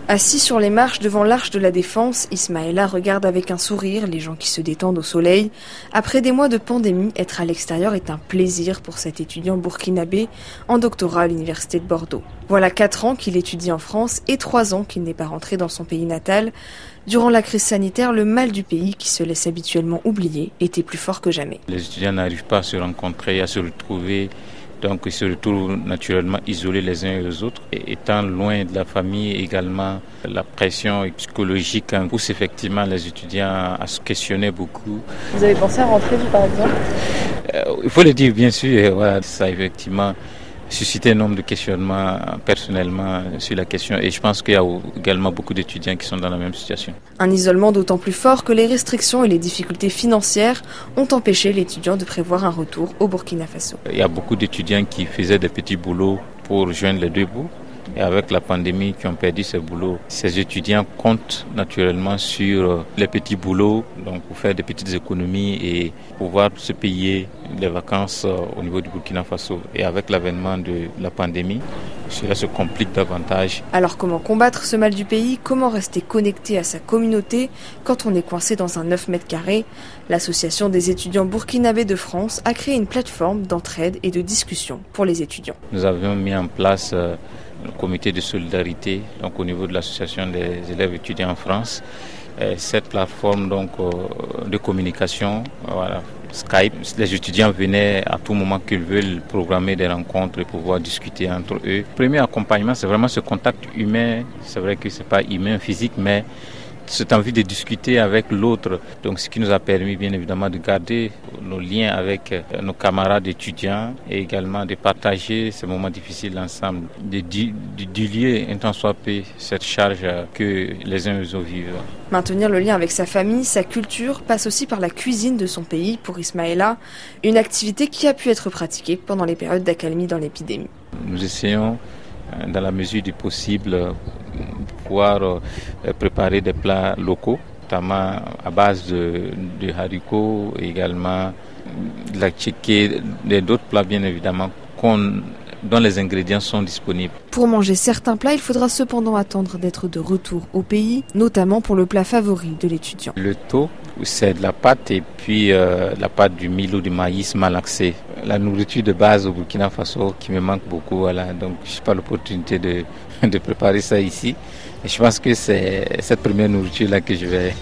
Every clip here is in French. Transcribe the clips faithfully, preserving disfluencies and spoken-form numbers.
Assis sur les marches devant l'Arche de la Défense, Ismaïla regarde avec un sourire les gens qui se détendent au soleil. Après des mois de pandémie, être à l'extérieur est un plaisir pour cet étudiant burkinabé en doctorat à l'université de Bordeaux. Voilà quatre ans qu'il étudie en France et trois ans qu'il n'est pas rentré dans son pays natal. Durant la crise sanitaire, le mal du pays, qui se laisse habituellement oublier, était plus fort que jamais. Les étudiants n'arrivent pas à se rencontrer, à se retrouver. Donc ils se retrouvent naturellement isolés les uns et les autres. Et étant loin de la famille également, la pression psychologique pousse effectivement les étudiants à se questionner beaucoup. Vous avez pensé à rentrer vous par exemple ? euh, Il faut le dire bien sûr, et voilà, ça a effectivement suscité un nombre de questionnements personnellement sur la question. Et je pense qu'il y a également beaucoup d'étudiants qui sont dans la même situation. Un isolement d'autant plus fort que les restrictions et les difficultés financières ont empêché l'étudiant de prévoir un retour au Burkina Faso. Il y a beaucoup d'étudiants qui faisaient des petits boulots pour joindre les deux bouts. Et avec la pandémie, qui ont perdu ces boulots, ces étudiants comptent naturellement sur les petits boulots, donc pour faire des petites économies et pouvoir se payer les vacances au niveau du Burkina Faso. Et avec l'avènement de la pandémie, cela se complique davantage. Alors comment combattre ce mal du pays ? Comment rester connecté à sa communauté quand on est coincé dans un neuf mètres carrés ? L'association des étudiants burkinabés de France a créé une plateforme d'entraide et de discussion pour les étudiants. Nous avions mis en place euh, le comité de solidarité donc au niveau de l'association des élèves étudiants en France. Et cette plateforme donc euh, de communication, voilà, Skype, les étudiants venaient à tout moment qu'ils veulent programmer des rencontres et pouvoir discuter entre eux. Le premier accompagnement, c'est vraiment ce contact humain. C'est vrai que c'est pas humain physique, mais cette envie de discuter avec l'autre, donc ce qui nous a permis bien évidemment de garder nos liens avec nos camarades étudiants et également de partager ces moments difficiles ensemble, de, de, de diluer un tant soit peu cette charge que les uns et les autres vivent. Maintenir le lien avec sa famille, sa culture, passe aussi par la cuisine de son pays pour Ismaïla, une activité qui a pu être pratiquée pendant les périodes d'accalmie dans l'épidémie. Nous essayons, dans la mesure du possible, pouvoir euh, préparer des plats locaux, notamment à base de, de haricots, également de la tchéké, d'autres plats bien évidemment qu'on, dont les ingrédients sont disponibles. Pour manger certains plats, il faudra cependant attendre d'être de retour au pays, notamment pour le plat favori de l'étudiant. Le taux, c'est de la pâte et puis euh, la pâte du mil ou du maïs malaxé. La nourriture de base au Burkina Faso qui me manque beaucoup, voilà. Donc je n'ai pas l'opportunité de, de préparer ça ici. Et je pense que c'est cette première nourriture-là que je vais,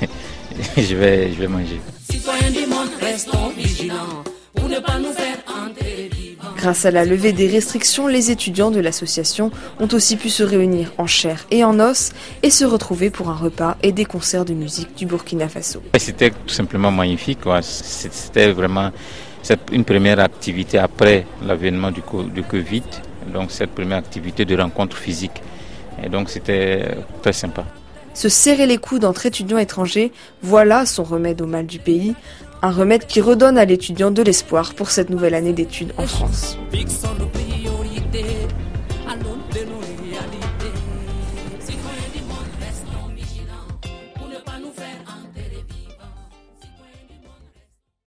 je vais, je vais manger. Citoyens du monde, restons vigilants pour ne pas nous faire entrer vivants. Grâce à la levée des restrictions, les étudiants de l'association ont aussi pu se réunir en chair et en os et se retrouver pour un repas et des concerts de musique du Burkina Faso. C'était tout simplement magnifique, quoi. C'était vraiment une première activité après l'avènement du Covid, donc cette première activité de rencontre physique. Et donc c'était très sympa. Se serrer les coudes entre étudiants étrangers, voilà son remède au mal du pays. Un remède qui redonne à l'étudiant de l'espoir pour cette nouvelle année d'études en France.